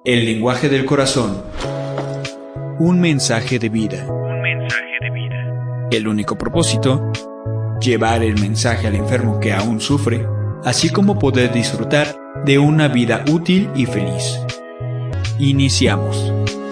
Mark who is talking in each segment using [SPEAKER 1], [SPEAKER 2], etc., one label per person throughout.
[SPEAKER 1] El lenguaje del corazón. Un mensaje de vida. El único propósito, llevar el mensaje al enfermo que aún sufre, así como poder disfrutar de una vida útil y feliz. Iniciamos.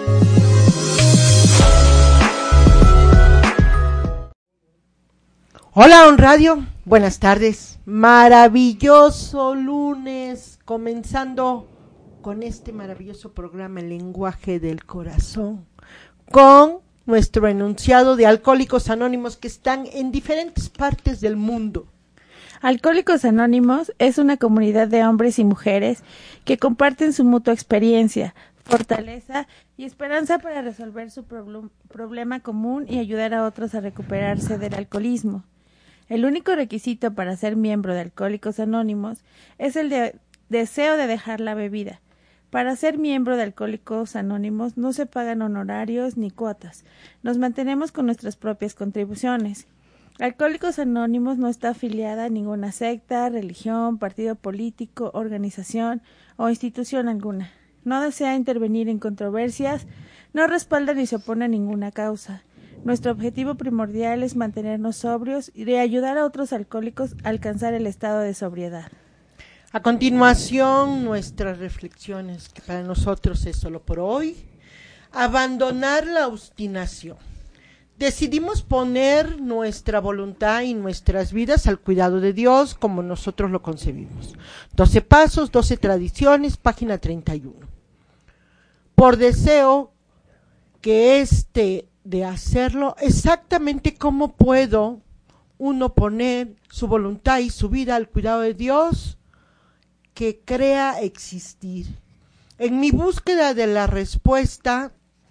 [SPEAKER 2] Hola On Radio, buenas tardes. Maravilloso lunes, comenzando con este maravilloso programa El lenguaje del corazón, con nuestro enunciado de Alcohólicos Anónimos que están en diferentes partes del mundo.
[SPEAKER 3] Alcohólicos Anónimos es una comunidad de hombres y mujeres que comparten su mutua experiencia, fortaleza y esperanza para resolver su problema común y ayudar a otros a recuperarse del alcoholismo. El único requisito para ser miembro de Alcohólicos Anónimos es el deseo de dejar la bebida. Para ser miembro de Alcohólicos Anónimos no se pagan honorarios ni cuotas. Nos mantenemos con nuestras propias contribuciones. Alcohólicos Anónimos no está afiliada a ninguna secta, religión, partido político, organización o institución alguna. No desea intervenir en controversias, no respalda ni se opone a ninguna causa. Nuestro objetivo primordial es mantenernos sobrios y de ayudar a otros alcohólicos a alcanzar el estado de sobriedad.
[SPEAKER 2] A continuación, nuestras reflexiones, que para nosotros es solo por hoy. Abandonar la obstinación. Decidimos poner nuestra voluntad y nuestras vidas al cuidado de Dios como nosotros lo concebimos. 12 pasos, 12 tradiciones, página 31. Por deseo que de hacerlo, exactamente cómo puedo uno poner su voluntad y su vida al cuidado de Dios que crea existir. En mi búsqueda de la respuesta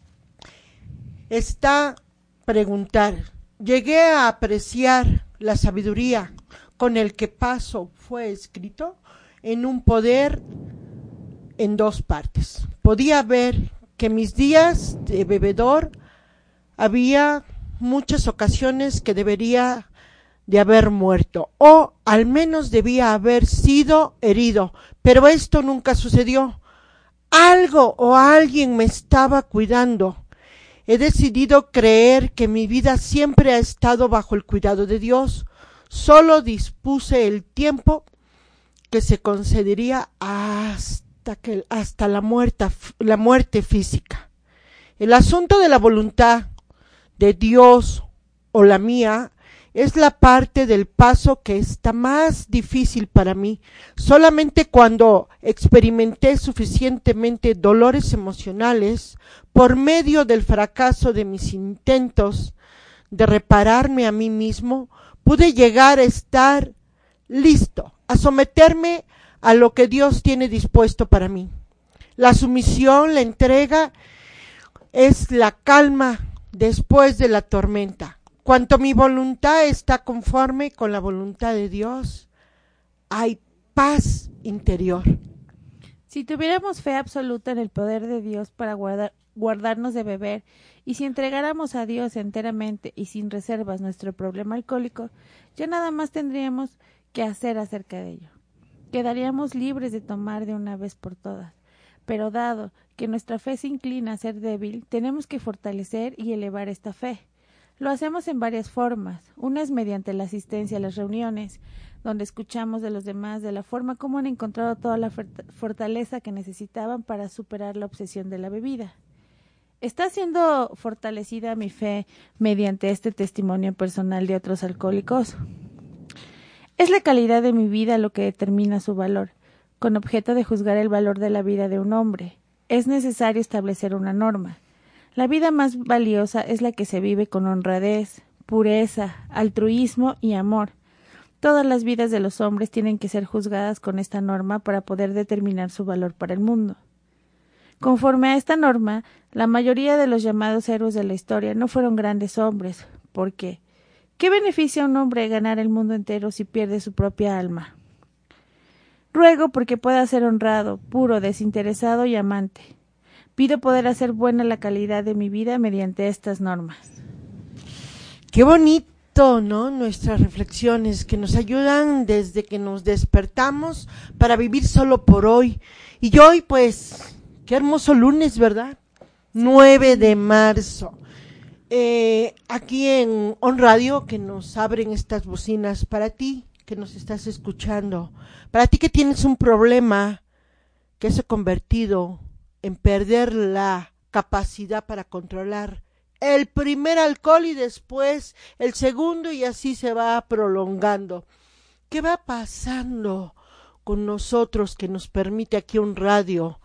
[SPEAKER 2] está preguntar. Llegué a apreciar la sabiduría con el que paso fue escrito en un poder en dos partes. Podía ver que mis días de bebedor había muchas ocasiones que debería de haber muerto, o al menos debía haber sido herido, pero esto nunca sucedió. Algo o alguien me estaba cuidando. He decidido creer que mi vida siempre ha estado bajo el cuidado de Dios. Solo dispuse el tiempo que se concedería hasta la muerte física. El asunto de la voluntad de Dios o la mía es la parte del paso que está más difícil para mí. Solamente cuando experimenté suficientemente dolores emocionales por medio del fracaso de mis intentos de repararme a mí mismo, pude llegar a estar listo, a someterme a lo que Dios tiene dispuesto para mí. La sumisión, la entrega, es la calma después de la tormenta. Cuanto mi voluntad está conforme con la voluntad de Dios, hay paz interior.
[SPEAKER 3] Si tuviéramos fe absoluta en el poder de Dios para guardarnos de beber, y si entregáramos a Dios enteramente y sin reservas nuestro problema alcohólico, ya nada más tendríamos que hacer acerca de ello. Quedaríamos libres de tomar de una vez por todas. Pero dado que nuestra fe se inclina a ser débil, tenemos que fortalecer y elevar esta fe. Lo hacemos en varias formas. Una es mediante la asistencia a las reuniones, donde escuchamos de los demás de la forma como han encontrado toda la fortaleza que necesitaban para superar la obsesión de la bebida. ¿Está siendo fortalecida mi fe mediante este testimonio personal de otros alcohólicos? Es la calidad de mi vida lo que determina su valor. Con objeto de juzgar el valor de la vida de un hombre, es necesario establecer una norma. La vida más valiosa es la que se vive con honradez, pureza, altruismo y amor. Todas las vidas de los hombres tienen que ser juzgadas con esta norma para poder determinar su valor para el mundo. Conforme a esta norma, la mayoría de los llamados héroes de la historia no fueron grandes hombres. ¿Por qué? ¿Qué beneficia a un hombre ganar el mundo entero si pierde su propia alma? Ruego porque pueda ser honrado, puro, desinteresado y amante. Pido poder hacer buena la calidad de mi vida mediante estas normas.
[SPEAKER 2] Qué bonito, ¿no? Nuestras reflexiones que nos ayudan desde que nos despertamos para vivir solo por hoy. Y hoy, pues, Qué hermoso lunes, ¿verdad? 9 de marzo. Aquí en On Radio, que nos abren estas bocinas para ti, que nos estás escuchando, para ti que tienes un problema que se ha convertido en perder la capacidad para controlar el primer alcohol y después el segundo, y así se va prolongando. ¿Qué va pasando con nosotros que nos permite aquí un radio,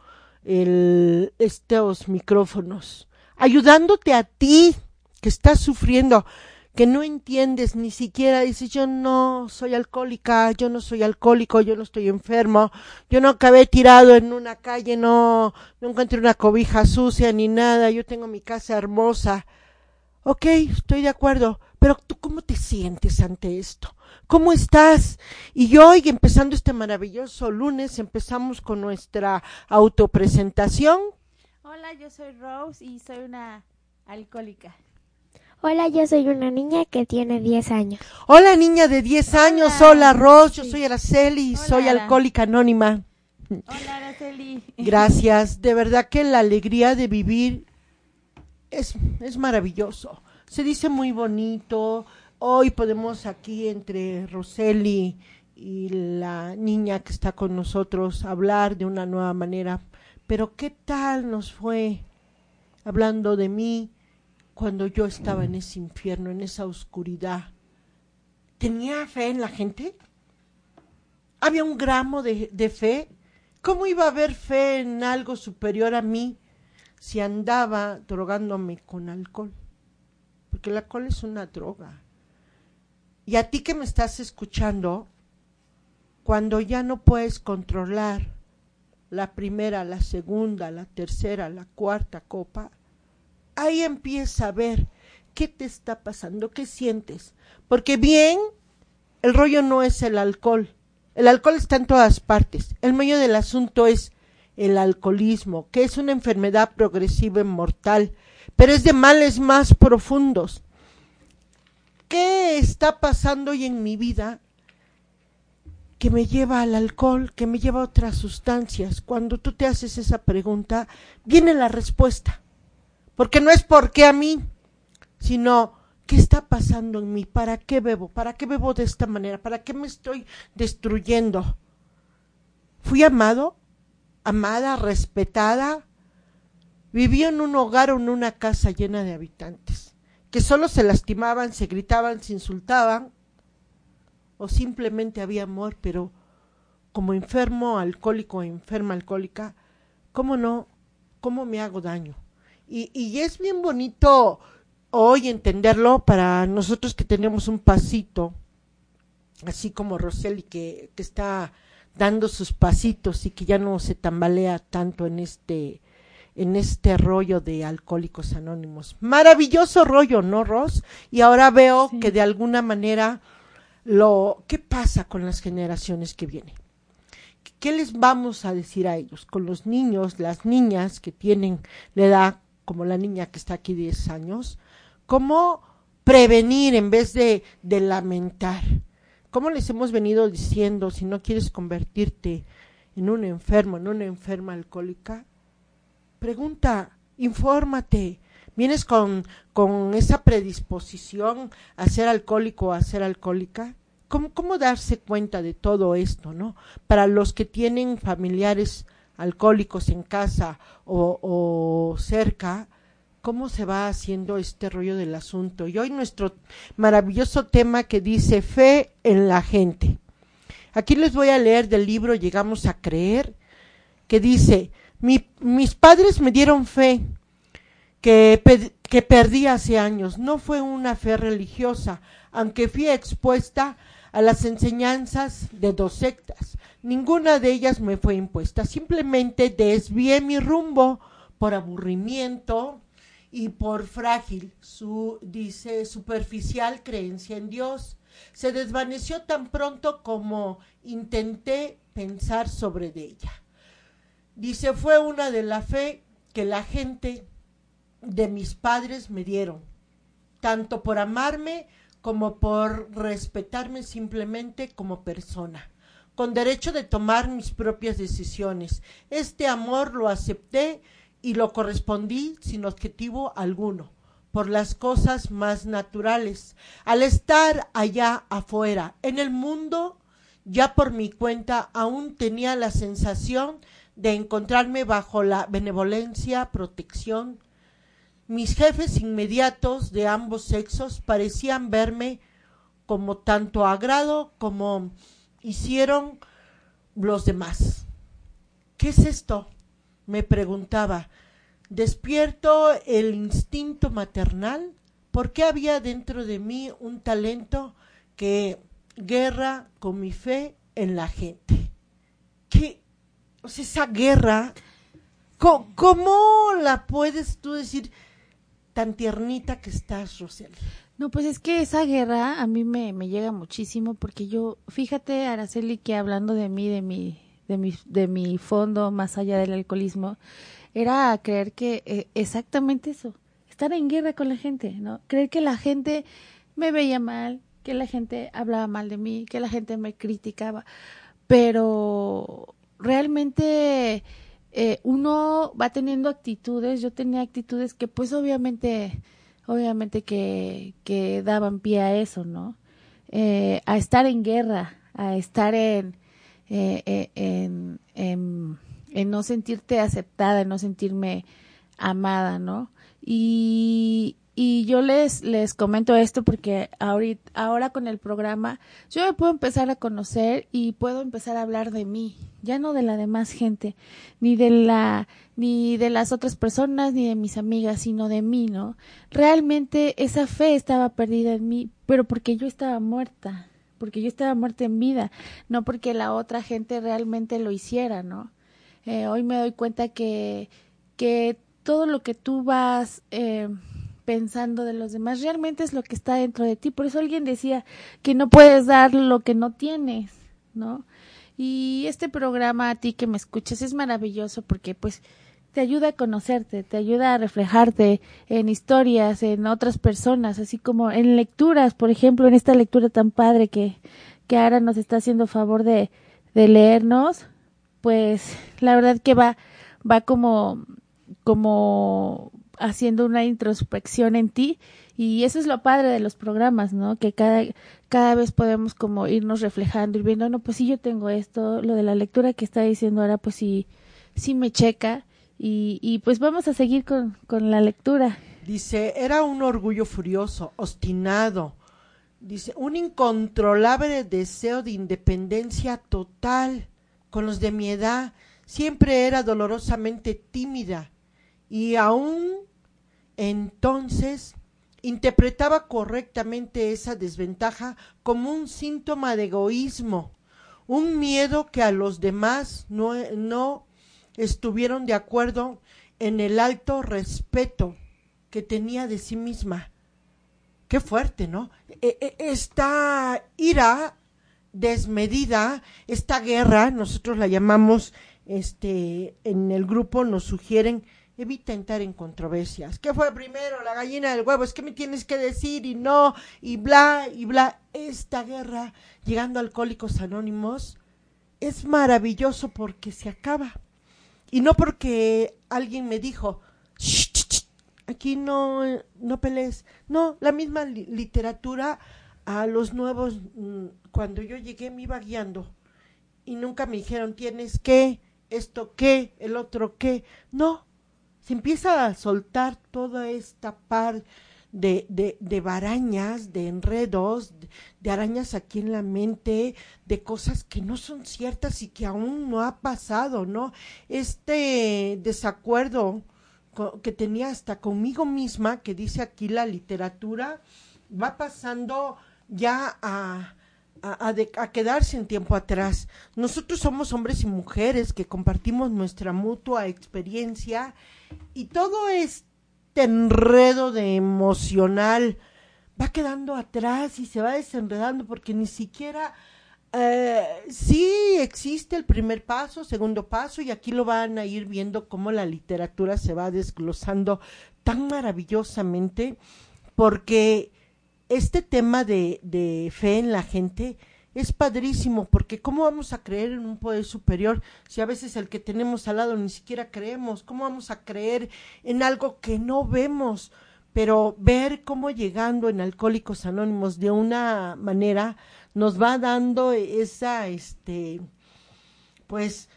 [SPEAKER 2] estos micrófonos, ayudándote a ti que estás sufriendo, que no entiendes ni siquiera, dices, yo no soy alcohólica, yo no soy alcohólico, yo no estoy enfermo, yo no acabé tirado en una calle, no encontré una cobija sucia ni nada, yo tengo mi casa hermosa? Ok, estoy de acuerdo, pero ¿tú cómo te sientes ante esto? ¿Cómo estás? Y hoy, empezando este maravilloso lunes, empezamos con nuestra autopresentación.
[SPEAKER 3] Hola, yo soy Rose y soy una alcohólica.
[SPEAKER 4] Hola, yo soy una niña que tiene 10 años.
[SPEAKER 2] Hola, niña de 10 años. Hola, Rose. Yo soy Araceli y soy alcohólica anónima.
[SPEAKER 3] Hola, Araceli.
[SPEAKER 2] Gracias. De verdad que la alegría de vivir es maravilloso. Se dice muy bonito. Hoy podemos aquí entre Roseli y la niña que está con nosotros hablar de una nueva manera. Pero ¿qué tal nos fue hablando de mí cuando yo estaba en ese infierno, en esa oscuridad? ¿Tenía fe en la gente? ¿Había un gramo de fe? ¿Cómo iba a haber fe en algo superior a mí si andaba drogándome con alcohol? Porque el alcohol es una droga. Y a ti que me estás escuchando, cuando ya no puedes controlar la primera, la segunda, la tercera, la cuarta copa, ahí empieza a ver qué te está pasando, qué sientes. Porque bien, el rollo no es el alcohol está en todas partes. El meollo del asunto es el alcoholismo, que es una enfermedad progresiva y mortal, pero es de males más profundos. ¿Qué está pasando hoy en mi vida que me lleva al alcohol, que me lleva a otras sustancias? Cuando tú te haces esa pregunta, viene la respuesta. Porque no es por qué a mí, sino ¿qué está pasando en mí? ¿Para qué bebo? ¿Para qué bebo de esta manera? ¿Para qué me estoy destruyendo? ¿Fui amado? ¿Amada? ¿Respetada? Viví en un hogar o en una casa llena de habitantes que solo se lastimaban, se gritaban, se insultaban, o simplemente había amor, pero como enfermo alcohólico o enferma alcohólica, ¿cómo no? ¿Cómo me hago daño? Y es bien bonito hoy entenderlo para nosotros que tenemos un pasito, así como Roseli que está dando sus pasitos y que ya no se tambalea tanto en este rollo de Alcohólicos Anónimos. Maravilloso rollo, ¿no, Ros? Y ahora veo que de alguna manera ¿qué pasa con las generaciones que vienen? ¿Qué les vamos a decir a ellos? Con los niños, las niñas que tienen la edad, como la niña que está aquí 10 años, ¿cómo prevenir en vez de lamentar? ¿Cómo les hemos venido diciendo, si no quieres convertirte en un enfermo, en una enferma alcohólica? Pregunta, infórmate. ¿Vienes con esa predisposición a ser alcohólico o a ser alcohólica? ¿Cómo darse cuenta de todo esto, no? Para los que tienen familiares alcohólicos en casa o cerca, ¿cómo se va haciendo este rollo del asunto? Y hoy nuestro maravilloso tema que dice fe en la gente. Aquí les voy a leer del libro Llegamos a Creer, que dice: mis padres me dieron fe que perdí hace años. No fue una fe religiosa, aunque fui expuesta a las enseñanzas de 2 sectas. Ninguna de ellas me fue impuesta. Simplemente desvié mi rumbo por aburrimiento y por frágil, superficial creencia en Dios. Se desvaneció tan pronto como intenté pensar sobre ella. Dice, fue una de la fe que la gente de mis padres me dieron, tanto por amarme como por respetarme simplemente como persona. con derecho de tomar mis propias decisiones. Este amor lo acepté y lo correspondí sin objetivo alguno, por las cosas más naturales. Al estar allá afuera, en el mundo, ya por mi cuenta, aún tenía la sensación de encontrarme bajo la benevolencia, protección. Mis jefes inmediatos de ambos sexos parecían verme como tanto agrado como hicieron los demás. ¿Qué es esto?, me preguntaba. ¿Despierto el instinto maternal? ¿Por qué había dentro de mí un talento que guerra con mi fe en la gente? ¿Qué? O sea, esa guerra, ¿cómo la puedes tú decir tan tiernita que estás, Roseli?
[SPEAKER 3] No, pues es que esa guerra a mí me llega muchísimo porque yo, fíjate, Araceli, que hablando de mí, de mi fondo más allá del alcoholismo, era creer que exactamente eso, estar en guerra con la gente, ¿no? Creer que la gente me veía mal, que la gente hablaba mal de mí, que la gente me criticaba, pero realmente uno va teniendo actitudes. Yo tenía actitudes que pues obviamente que daban pie a eso, ¿no? A estar en guerra, a estar en no sentirte aceptada, en no sentirme amada, ¿no? Y yo les comento esto porque ahora con el programa yo me puedo empezar a conocer y puedo empezar a hablar de mí, ya no de la demás gente, ni de las otras personas, ni de mis amigas, sino de mí, ¿no? Realmente esa fe estaba perdida en mí, pero porque yo estaba muerta en vida, no porque la otra gente realmente lo hiciera, ¿no? Hoy me doy cuenta que todo lo que tú vas pensando de los demás realmente es lo que está dentro de ti. Por eso alguien decía que no puedes dar lo que no tienes, ¿no? Y este programa, a ti que me escuchas, es maravilloso porque pues te ayuda a conocerte, te ayuda a reflejarte en historias, en otras personas, así como en lecturas, por ejemplo, en esta lectura tan padre que Ara nos está haciendo favor de leernos. Pues la verdad que va como haciendo una introspección en ti, y eso es lo padre de los programas, ¿no? Que cada vez podemos como irnos reflejando, ir viendo, no, pues sí, yo tengo esto, lo de la lectura que está diciendo ahora, pues sí me checa, y pues vamos a seguir con la lectura.
[SPEAKER 2] Dice, era un orgullo furioso, obstinado, dice, un incontrolable deseo de independencia total. Con los de mi edad siempre era dolorosamente tímida y aún entonces interpretaba correctamente esa desventaja como un síntoma de egoísmo, un miedo que a los demás no estuvieron de acuerdo en el alto respeto que tenía de sí misma. Qué fuerte, ¿no? Esta ira desmedida, esta guerra, nosotros la llamamos, en el grupo nos sugieren, evita entrar en controversias. ¿Qué fue primero, la gallina del huevo? Es que me tienes que decir y no, y bla, y bla. Esta guerra, llegando a Alcohólicos Anónimos, es maravilloso porque se acaba. Y no porque alguien me dijo, aquí no pelees. No, la misma literatura a los nuevos, cuando yo llegué me iba guiando y nunca me dijeron tienes que, esto qué, el otro qué. No, se empieza a soltar toda esta par de barañas, de enredos, de arañas aquí en la mente, de cosas que no son ciertas y que aún no ha pasado, ¿no? Este desacuerdo que tenía hasta conmigo misma, que dice aquí la literatura, va pasando ya a quedarse en tiempo atrás. Nosotros somos hombres y mujeres que compartimos nuestra mutua experiencia y todo este enredo de emocional va quedando atrás y se va desenredando porque ni siquiera sí existe el primer paso, segundo paso, y aquí lo van a ir viendo cómo la literatura se va desglosando tan maravillosamente, porque este tema de fe en la gente es padrísimo, porque ¿cómo vamos a creer en un poder superior si a veces el que tenemos al lado ni siquiera creemos? ¿Cómo vamos a creer en algo que no vemos? Pero ver cómo llegando en Alcohólicos Anónimos de una manera nos va dando esa, pues,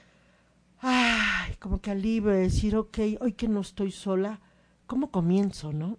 [SPEAKER 2] como que alivio de decir, ok, hoy que no estoy sola, ¿cómo comienzo, no?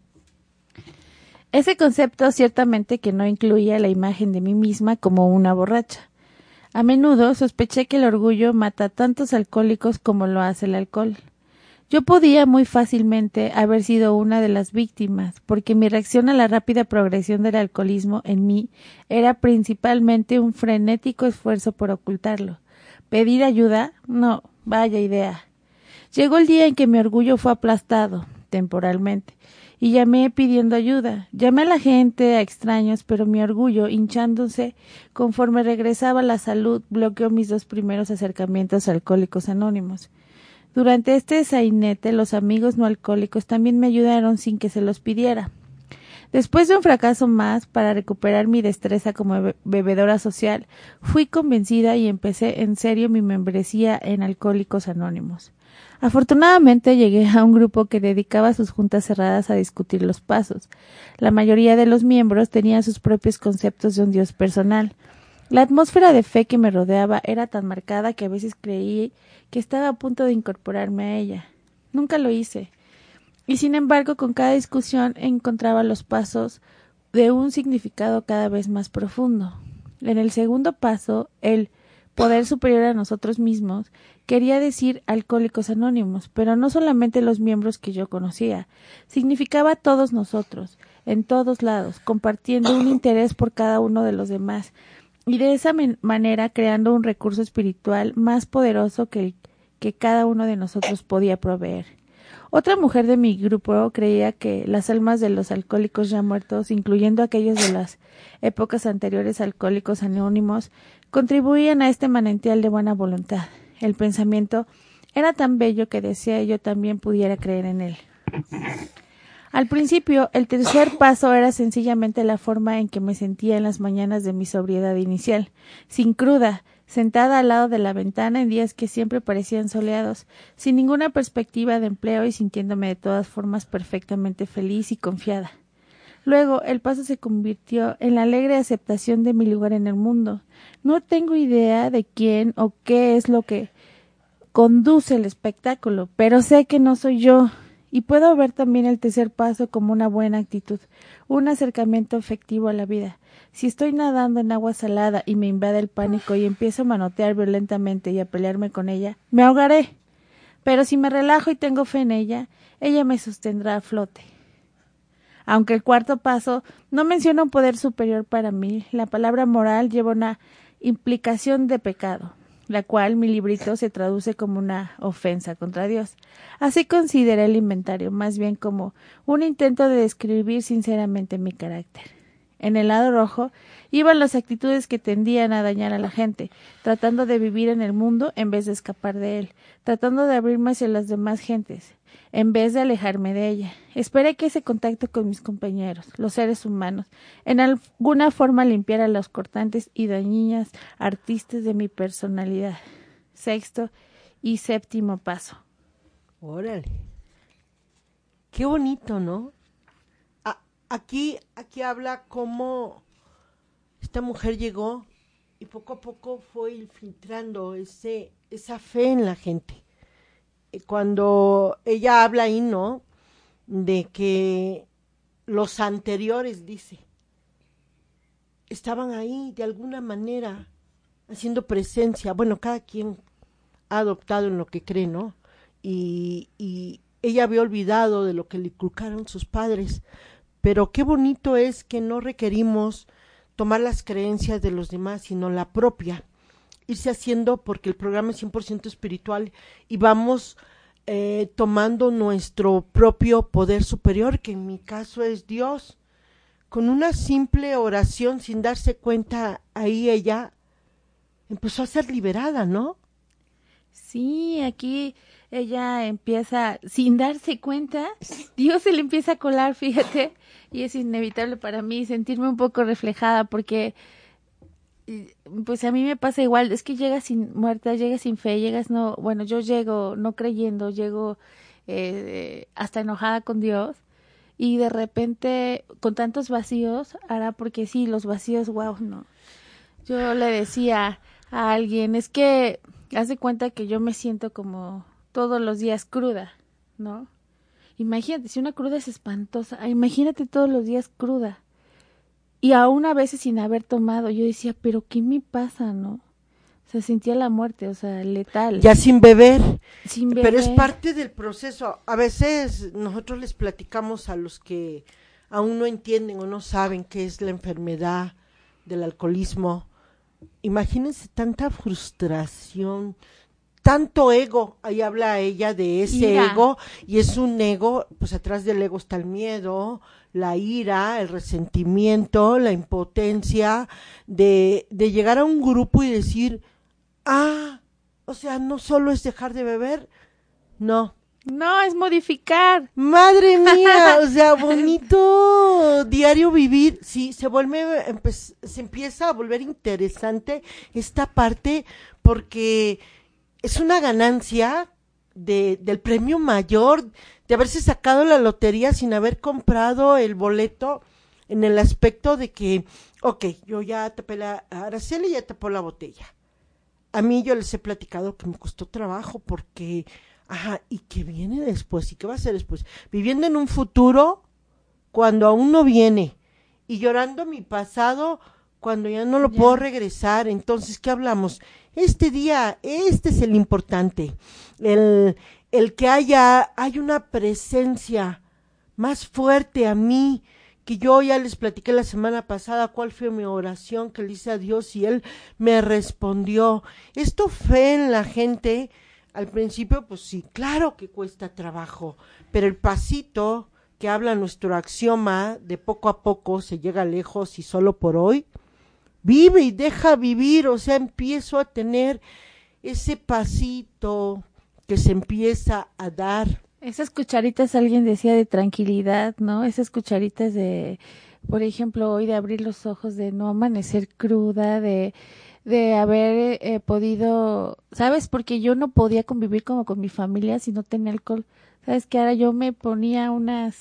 [SPEAKER 3] Ese concepto ciertamente que no incluía la imagen de mí misma como una borracha. A menudo sospeché que el orgullo mata a tantos alcohólicos como lo hace el alcohol. Yo podía muy fácilmente haber sido una de las víctimas, porque mi reacción a la rápida progresión del alcoholismo en mí era principalmente un frenético esfuerzo por ocultarlo. ¿Pedir ayuda? No, vaya idea. Llegó el día en que mi orgullo fue aplastado, temporalmente, y llamé pidiendo ayuda. Llamé a la gente, a extraños, pero mi orgullo, hinchándose conforme regresaba la salud, bloqueó mis 2 primeros acercamientos a Alcohólicos Anónimos. Durante este sainete, los amigos no alcohólicos también me ayudaron sin que se los pidiera. Después de un fracaso más para recuperar mi destreza como bebedora social, fui convencida y empecé en serio mi membresía en Alcohólicos Anónimos. Afortunadamente llegué a un grupo que dedicaba sus juntas cerradas a discutir los pasos. La mayoría de los miembros tenían sus propios conceptos de un Dios personal. La atmósfera de fe que me rodeaba era tan marcada que a veces creí que estaba a punto de incorporarme a ella. Nunca lo hice. Y sin embargo, con cada discusión encontraba los pasos de un significado cada vez más profundo. En el segundo paso, el poder superior a nosotros mismos, quería decir Alcohólicos Anónimos, pero no solamente los miembros que yo conocía. Significaba todos nosotros, en todos lados, compartiendo un interés por cada uno de los demás, y de esa manera creando un recurso espiritual más poderoso que cada uno de nosotros podía proveer. Otra mujer de mi grupo creía que las almas de los alcohólicos ya muertos, incluyendo aquellos de las épocas anteriores a Alcohólicos Anónimos, contribuían a este manantial de buena voluntad. El pensamiento era tan bello que deseé yo también pudiera creer en él. Al principio, el tercer paso era sencillamente la forma en que me sentía en las mañanas de mi sobriedad inicial, sin cruda, sentada al lado de la ventana en días que siempre parecían soleados, sin ninguna perspectiva de empleo y sintiéndome de todas formas perfectamente feliz y confiada. Luego, el paso se convirtió en la alegre aceptación de mi lugar en el mundo. No tengo idea de quién o qué es lo que conduce el espectáculo, pero sé que no soy yo. Y puedo ver también el tercer paso como una buena actitud, un acercamiento efectivo a la vida. Si estoy nadando en agua salada y me invade el pánico y empiezo a manotear violentamente y a pelearme con ella, me ahogaré. Pero si me relajo y tengo fe en ella me sostendrá a flote. Aunque el cuarto paso no menciona un poder superior para mí, la palabra moral lleva una implicación de pecado, la cual mi librito se traduce como una ofensa contra Dios. Así consideré el inventario más bien como un intento de describir sinceramente mi carácter. En el lado rojo iban las actitudes que tendían a dañar a la gente, tratando de vivir en el mundo en vez de escapar de él, tratando de abrirme hacia las demás gentes, en vez de alejarme de ella. Esperé que ese contacto con mis compañeros, los seres humanos, en alguna forma limpiara los cortantes y dañinas artistas de mi personalidad. Sexto y séptimo paso.
[SPEAKER 2] Órale. Qué bonito, ¿no? Aquí habla cómo esta mujer llegó y poco a poco fue infiltrando esa fe en la gente. Cuando ella habla ahí, ¿no? De que los anteriores, dice, estaban ahí de alguna manera haciendo presencia. Bueno, cada quien ha adoptado en lo que cree, ¿no? Y ella había olvidado de lo que le inculcaron sus padres. Pero qué bonito es que no requerimos tomar las creencias de los demás, sino la propia. Irse haciendo, porque el programa es 100% espiritual y vamos tomando nuestro propio poder superior, que en mi caso es Dios. Con una simple oración, sin darse cuenta, ahí ella empezó a ser liberada, ¿no?
[SPEAKER 3] Sí, aquí ella empieza, sin darse cuenta, Dios se le empieza a colar, fíjate, y es inevitable para mí sentirme un poco reflejada porque pues a mí me pasa igual, es que llegas muerta, llegas sin fe, llegas no, bueno, yo llego no creyendo, llego hasta enojada con Dios y de repente con tantos vacíos, ahora porque sí, los vacíos, wow, no. Yo le decía a alguien, es que haz de cuenta que yo me siento como todos los días cruda, ¿no? Imagínate, si una cruda es espantosa, imagínate todos los días cruda. Y aún a veces sin haber tomado, yo decía, pero ¿qué me pasa, no? O sea, sentía la muerte, o sea, letal.
[SPEAKER 2] Ya sin beber.
[SPEAKER 3] Sin beber.
[SPEAKER 2] Pero es parte del proceso. A veces nosotros les platicamos a los que aún no entienden o no saben qué es la enfermedad del alcoholismo. Imagínense tanta frustración, tanto ego. Ahí habla ella de ese ego, y es un ego, pues atrás del ego está el miedo, la ira, el resentimiento, la impotencia de llegar a un grupo y decir, o sea, no solo es dejar de beber, no.
[SPEAKER 3] No, es modificar.
[SPEAKER 2] Madre mía, o sea, bonito diario vivir. Sí, se empieza a volver interesante esta parte, porque es una ganancia del premio mayor, de haberse sacado la lotería sin haber comprado el boleto, en el aspecto de que, yo ya tapé Araceli ya tapó la botella. A mí yo les he platicado que me costó trabajo porque, ¿y qué viene después? ¿Y qué va a ser después? Viviendo en un futuro cuando aún no viene, y llorando mi pasado cuando ya no lo puedo regresar. Entonces, ¿qué hablamos? Este día, este es el importante, el que hay una presencia más fuerte a mí, que yo ya les platiqué la semana pasada cuál fue mi oración que le hice a Dios y Él me respondió. Esto fe en la gente, al principio, pues sí, claro que cuesta trabajo, pero el pasito que habla nuestro axioma de poco a poco se llega lejos y solo por hoy, vive y deja vivir. O sea, empiezo a tener ese pasito que se empieza a dar.
[SPEAKER 3] Esas cucharitas, alguien decía, de tranquilidad, ¿no? Esas cucharitas de, por ejemplo, hoy de abrir los ojos, de no amanecer cruda, de haber podido, ¿sabes? Porque yo no podía convivir como con mi familia si no tenía alcohol. ¿Sabes? Que ahora yo me ponía unas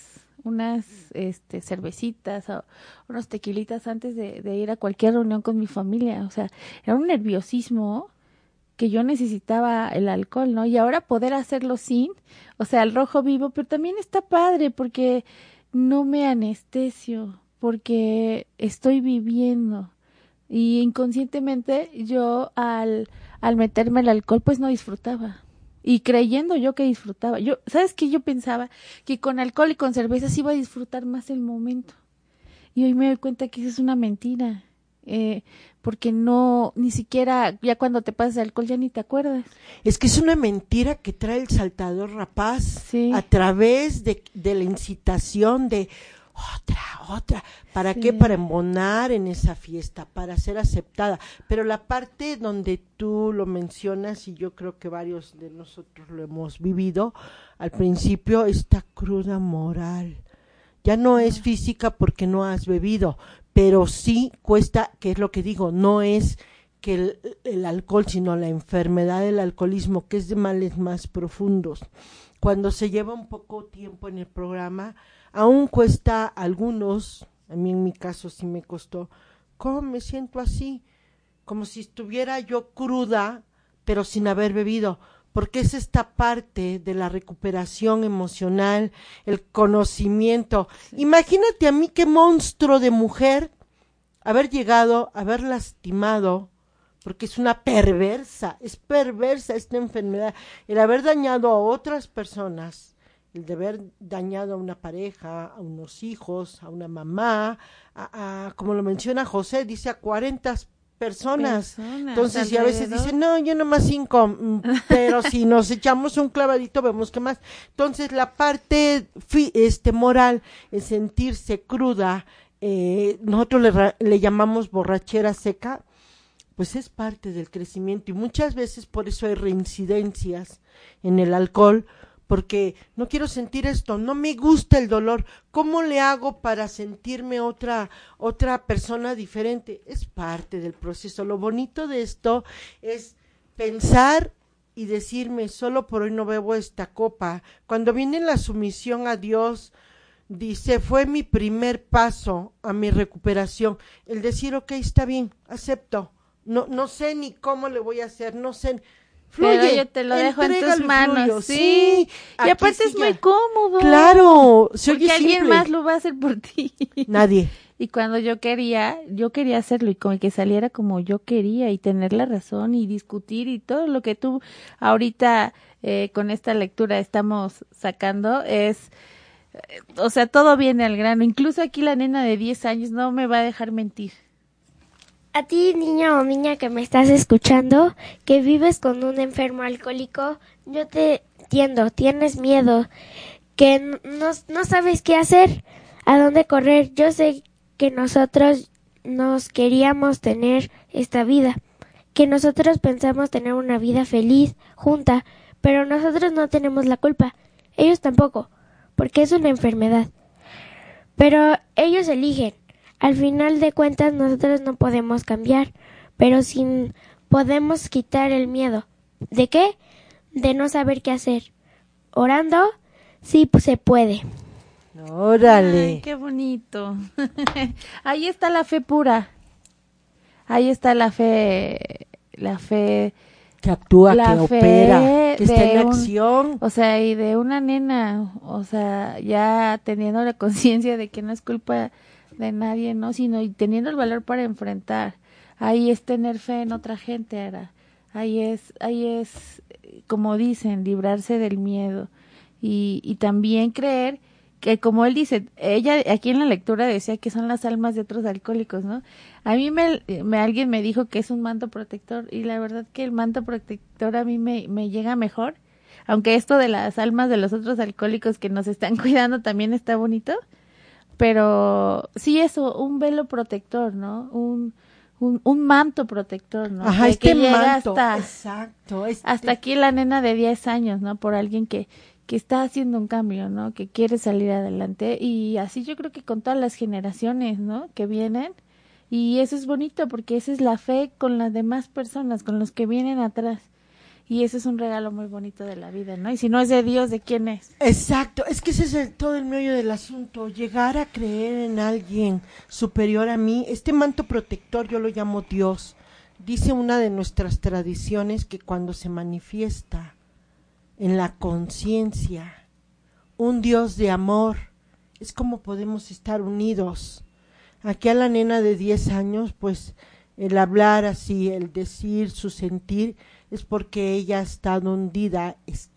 [SPEAKER 3] cervecitas o unos tequilitas antes de ir a cualquier reunión con mi familia. O sea, era un nerviosismo que yo necesitaba el alcohol, ¿no? Y ahora poder hacerlo sin, o sea, el rojo vivo, pero también está padre porque no me anestesio, porque estoy viviendo. Y inconscientemente yo al meterme el alcohol, pues no disfrutaba. Y creyendo yo que disfrutaba. ¿Sabes qué? Yo pensaba que con alcohol y con cerveza sí iba a disfrutar más el momento. Y hoy me doy cuenta que eso es una mentira. Porque no, ni siquiera, ya cuando te pasas de alcohol ya ni te acuerdas.
[SPEAKER 2] Es que es una mentira que trae el saltador rapaz,
[SPEAKER 3] sí,
[SPEAKER 2] a través de la incitación de otra, ¿para qué? Para embonar en esa fiesta, para ser aceptada. Pero la parte donde tú lo mencionas, y yo creo que varios de nosotros lo hemos vivido, al principio, esta cruda moral, ya no es física porque no has bebido, pero sí cuesta, que es lo que digo, no es que el alcohol, sino la enfermedad del alcoholismo, que es de males más profundos. Cuando se lleva un poco tiempo en el programa, aún cuesta a algunos, a mí en mi caso sí me costó, ¿cómo me siento así? Como si estuviera yo cruda, pero sin haber bebido, porque es esta parte de la recuperación emocional, el conocimiento. Imagínate a mí qué monstruo de mujer haber llegado, haber lastimado, porque es una perversa, es perversa esta enfermedad, el haber dañado a otras personas, el de haber dañado a una pareja, a unos hijos, a una mamá, a como lo menciona José, dice a 40 personas. Entonces, y a veces dicen, no, yo nomás 5, pero si nos echamos un clavadito vemos que más. Entonces, la parte moral, el sentirse cruda, nosotros le llamamos borrachera seca, pues es parte del crecimiento, y muchas veces por eso hay reincidencias en el alcohol, porque no quiero sentir esto, no me gusta el dolor. ¿Cómo le hago para sentirme otra persona diferente? Es parte del proceso. Lo bonito de esto es pensar y decirme, solo por hoy no bebo esta copa. Cuando viene la sumisión a Dios, dice, fue mi primer paso a mi recuperación. El decir, ok, está bien, acepto. No sé ni cómo le voy a hacer, no sé. Fluye,
[SPEAKER 3] pero yo te lo dejo en tus manos,
[SPEAKER 2] fluyo.
[SPEAKER 3] Sí, y aparte es muy cómodo.
[SPEAKER 2] Claro, se oye
[SPEAKER 3] porque alguien
[SPEAKER 2] simple.
[SPEAKER 3] más lo va a hacer por ti.
[SPEAKER 2] Nadie.
[SPEAKER 3] Y cuando yo quería hacerlo y como que saliera como yo quería y tener la razón y discutir y todo lo que tú ahorita con esta lectura estamos sacando es, o sea, todo viene al grano. Incluso aquí la nena de 10 años no me va a dejar mentir.
[SPEAKER 4] A ti, niño o niña que me estás escuchando, que vives con un enfermo alcohólico, yo te entiendo, tienes miedo, que no sabes qué hacer, a dónde correr. Yo sé que nosotros nos queríamos tener esta vida, que nosotros pensamos tener una vida feliz, junta, pero nosotros no tenemos la culpa, ellos tampoco, porque es una enfermedad. Pero ellos eligen. Al final de cuentas nosotros no podemos cambiar, pero sí podemos quitar el miedo. ¿De qué? De no saber qué hacer. Orando, sí se puede.
[SPEAKER 2] Órale.
[SPEAKER 3] Ay, qué bonito. Ahí está la fe pura. Ahí está la fe
[SPEAKER 2] Que actúa,
[SPEAKER 3] la
[SPEAKER 2] que
[SPEAKER 3] fe
[SPEAKER 2] opera, que está
[SPEAKER 3] de
[SPEAKER 2] en acción.
[SPEAKER 3] O sea, y de una nena, o sea, ya teniendo la conciencia de que no es culpa de nadie, ¿no? Sino y teniendo el valor para enfrentar. Ahí es tener fe en otra gente, Ara. Ahí es, como dicen, librarse del miedo. Y también creer que, como él dice, ella aquí en la lectura decía que son las almas de otros alcohólicos, ¿no? A mí alguien me dijo que es un manto protector, y la verdad que el manto protector a mí me llega mejor, aunque esto de las almas de los otros alcohólicos que nos están cuidando también está bonito, pero sí eso, un velo protector, ¿no? Un manto protector, ¿no?
[SPEAKER 2] Ajá,
[SPEAKER 3] que llega
[SPEAKER 2] manto,
[SPEAKER 3] hasta,
[SPEAKER 2] exacto.
[SPEAKER 3] Hasta aquí la nena de 10 años, ¿no? Por alguien que está haciendo un cambio, ¿no? Que quiere salir adelante, y así yo creo que con todas las generaciones, ¿no? Que vienen, y eso es bonito porque esa es la fe con las demás personas, con los que vienen atrás, y eso es un regalo muy bonito de la vida, ¿no? Y si no es de Dios, ¿de quién es?
[SPEAKER 2] Exacto, es que ese es todo el meollo del asunto, llegar a creer en alguien superior a mí. Este manto protector yo lo llamo Dios. Dice una de nuestras tradiciones que cuando se manifiesta en la conciencia un Dios de amor, es como podemos estar unidos. Aquí a la nena de 10 años, pues el hablar así, el decir su sentir, es porque ella estaba hundida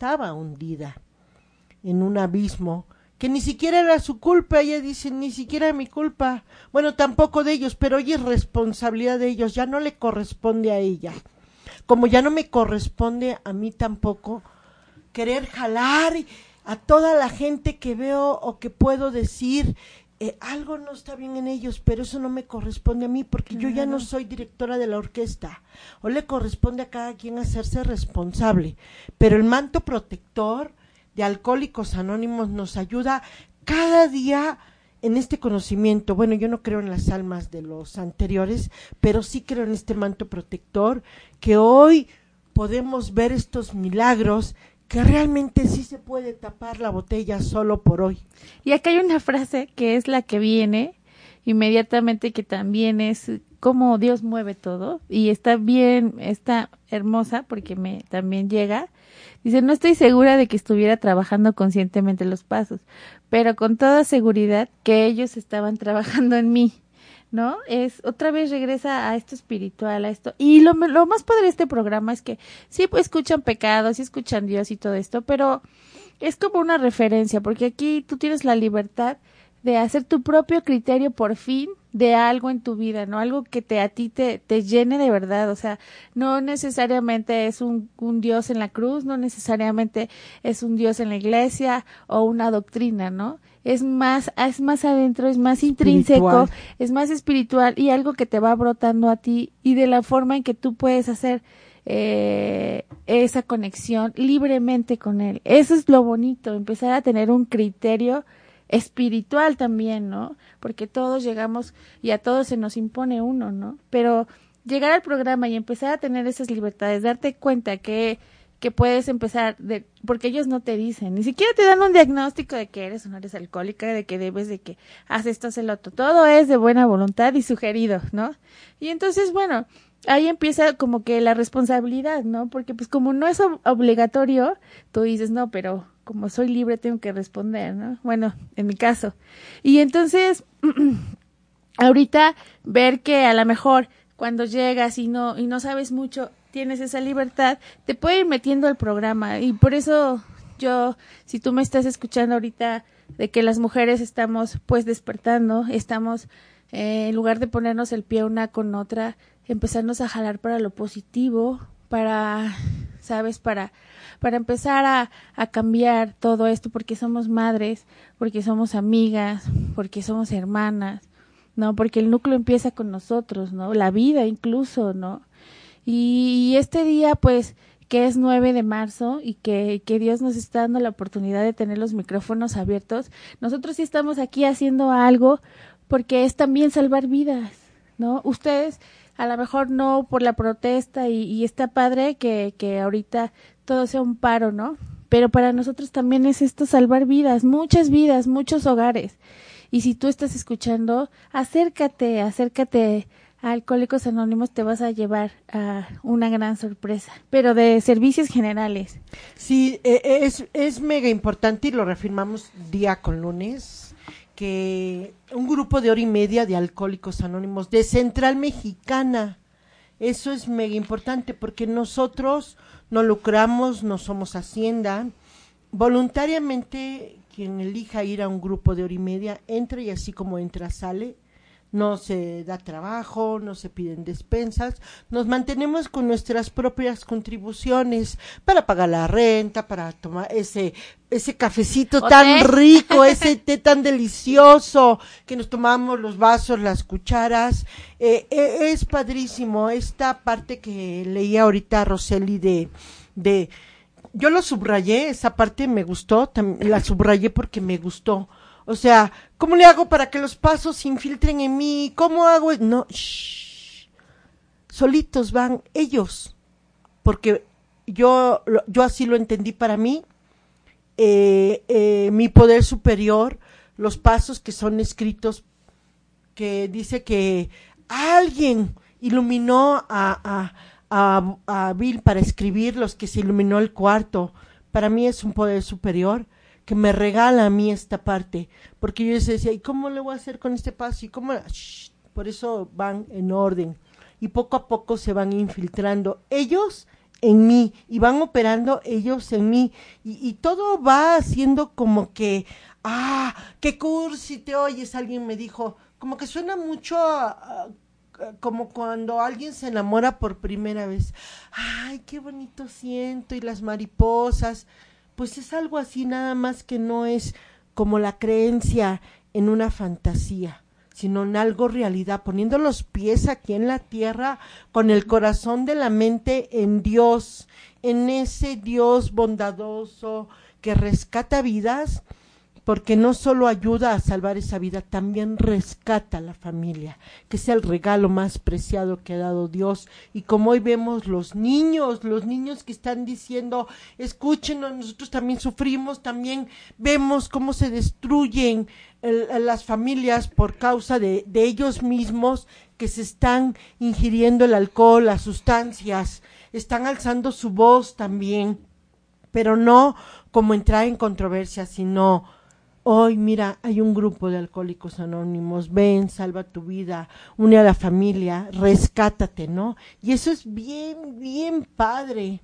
[SPEAKER 2] en un abismo que ni siquiera era su culpa. Ella dice, ni siquiera mi culpa, bueno, tampoco de ellos, pero hoy es responsabilidad de ellos, ya no le corresponde a ella, como ya no me corresponde a mí tampoco querer jalar a toda la gente que veo o que puedo decir, algo no está bien en ellos, pero eso no me corresponde a mí, porque yo ya no soy directora de la orquesta, o le corresponde a cada quien hacerse responsable. Pero el manto protector de Alcohólicos Anónimos nos ayuda cada día en este conocimiento. Bueno, yo no creo en las almas de los anteriores, pero sí creo en este manto protector, que hoy podemos ver estos milagros, que realmente sí se puede tapar la botella solo por hoy.
[SPEAKER 3] Y acá hay una frase que es la que viene inmediatamente, que también es cómo Dios mueve todo, y está bien, está hermosa porque también llega. Dice, no estoy segura de que estuviera trabajando conscientemente los pasos, pero con toda seguridad que ellos estaban trabajando en mí, ¿no? Es, otra vez regresa a esto espiritual, a esto. Y lo más padre de este programa es que sí, pues, escuchan pecados, sí escuchan Dios y todo esto, pero es como una referencia, porque aquí tú tienes la libertad de hacer tu propio criterio por fin de algo en tu vida, ¿no? Algo que a ti te llene de verdad. O sea, no necesariamente es un Dios en la cruz, no necesariamente es un Dios en la iglesia o una doctrina, ¿no? Es más adentro, es más intrínseco, es más espiritual, y algo que te va brotando a ti, y de la forma en que tú puedes hacer esa conexión libremente con él. Eso es lo bonito, empezar a tener un criterio espiritual también, ¿no? Porque todos llegamos y a todos se nos impone uno, ¿no? Pero llegar al programa y empezar a tener esas libertades, darte cuenta que puedes empezar, porque ellos no te dicen, ni siquiera te dan un diagnóstico de que eres o no eres alcohólica, de que debes, de que haces esto, haces lo otro, todo es de buena voluntad y sugerido, ¿no? Y entonces, bueno, ahí empieza como que la responsabilidad, ¿no? Porque pues como no es obligatorio, tú dices, no, pero como soy libre tengo que responder, ¿no? Bueno, en mi caso. Y entonces, ahorita ver que a lo mejor cuando llegas y no sabes mucho, tienes esa libertad, te puede ir metiendo al programa. Y por eso yo, si tú me estás escuchando ahorita de que las mujeres estamos pues despertando, estamos en lugar de ponernos el pie una con otra, empezarnos a jalar para lo positivo, para, ¿sabes? Para empezar a cambiar todo esto, porque somos madres, porque somos amigas, porque somos hermanas, ¿no? Porque el núcleo empieza con nosotros, ¿no? La vida incluso, ¿no? Y este día, pues, que es 9 de marzo y que Dios nos está dando la oportunidad de tener los micrófonos abiertos, nosotros sí estamos aquí haciendo algo porque es también salvar vidas, ¿no? Ustedes a lo mejor no por la protesta y está padre que ahorita todo sea un paro, ¿no? Pero para nosotros también es esto salvar vidas, muchos hogares. Y si tú estás escuchando, acércate a Alcohólicos Anónimos, te vas a llevar a una gran sorpresa, pero de servicios generales.
[SPEAKER 2] Sí, es mega importante y lo reafirmamos día con lunes, que un grupo de 1:30 de Alcohólicos Anónimos de Central Mexicana, eso es mega importante porque nosotros no lucramos, no somos Hacienda, voluntariamente quien elija ir a un grupo de 1:30 entra y así como entra sale. No se da trabajo, no se piden despensas, nos mantenemos con nuestras propias contribuciones para pagar la renta, para tomar ese cafecito tan rico, ese té tan delicioso que nos tomamos los vasos, las cucharas. Es padrísimo esta parte que leía ahorita Roseli de yo lo subrayé, esa parte me gustó, la subrayé porque me gustó. O sea, ¿cómo le hago para que los pasos se infiltren en mí? ¿Cómo hago? No, solitos van ellos, porque yo así lo entendí para mí, mi poder superior, los pasos que son escritos, que dice que alguien iluminó a Bill para escribir los que se iluminó el cuarto. Para mí es un poder superior que me regala a mí esta parte, porque yo decía, ¿y cómo le voy a hacer con este paso? ¿Y cómo? Por eso van en orden, y poco a poco se van infiltrando ellos en mí, y van operando ellos en mí, y todo va haciendo como que, qué cursi te oyes, alguien me dijo, como que suena mucho como cuando alguien se enamora por primera vez, ay, qué bonito siento, y las mariposas. Pues es algo así, nada más que no es como la creencia en una fantasía, sino en algo realidad, poniendo los pies aquí en la tierra, con el corazón de la mente en Dios, en ese Dios bondadoso que rescata vidas, porque no solo ayuda a salvar esa vida, también rescata a la familia, que es el regalo más preciado que ha dado Dios. Y como hoy vemos los niños que están diciendo, escúchenos, nosotros también sufrimos, también vemos cómo se destruyen las familias por causa de ellos mismos, que se están ingiriendo el alcohol, las sustancias, están alzando su voz también, pero no como entrar en controversia, sino hoy, mira, hay un grupo de Alcohólicos Anónimos, ven, salva tu vida, une a la familia, rescátate, ¿no? Y eso es bien, bien padre.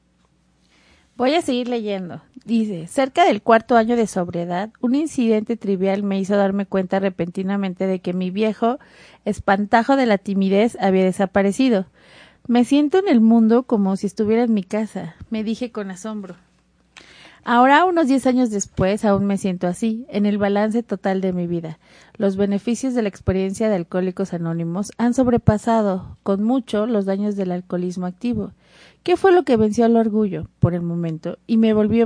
[SPEAKER 3] Voy a seguir leyendo. Dice, cerca del 4º año de sobriedad, un incidente trivial me hizo darme cuenta repentinamente de que mi viejo espantajo de la timidez había desaparecido. Me siento en el mundo como si estuviera en mi casa, me dije con asombro. Ahora, unos 10 años después, aún me siento así, en el balance total de mi vida. Los beneficios de la experiencia de Alcohólicos Anónimos han sobrepasado con mucho los daños del alcoholismo activo. ¿Qué fue lo que venció al orgullo, por el momento, y me volvió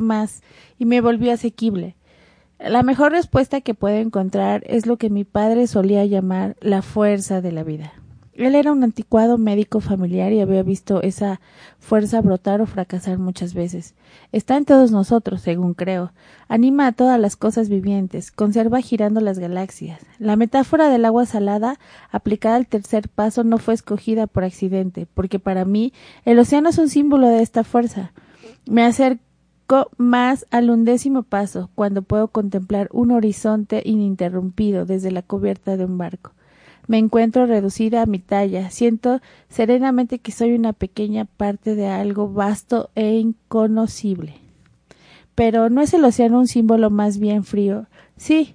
[SPEAKER 3] asequible? La mejor respuesta que puedo encontrar es lo que mi padre solía llamar la fuerza de la vida. Él era un anticuado médico familiar y había visto esa fuerza brotar o fracasar muchas veces. Está en todos nosotros, según creo. Anima a todas las cosas vivientes, conserva girando las galaxias. La metáfora del agua salada aplicada al tercer paso no fue escogida por accidente, porque para mí el océano es un símbolo de esta fuerza. Me acerco más al 11º paso, cuando puedo contemplar un horizonte ininterrumpido desde la cubierta de un barco. Me encuentro reducida a mi talla, siento serenamente que soy una pequeña parte de algo vasto e inconocible. Pero ¿no es el océano un símbolo más bien frío? Sí,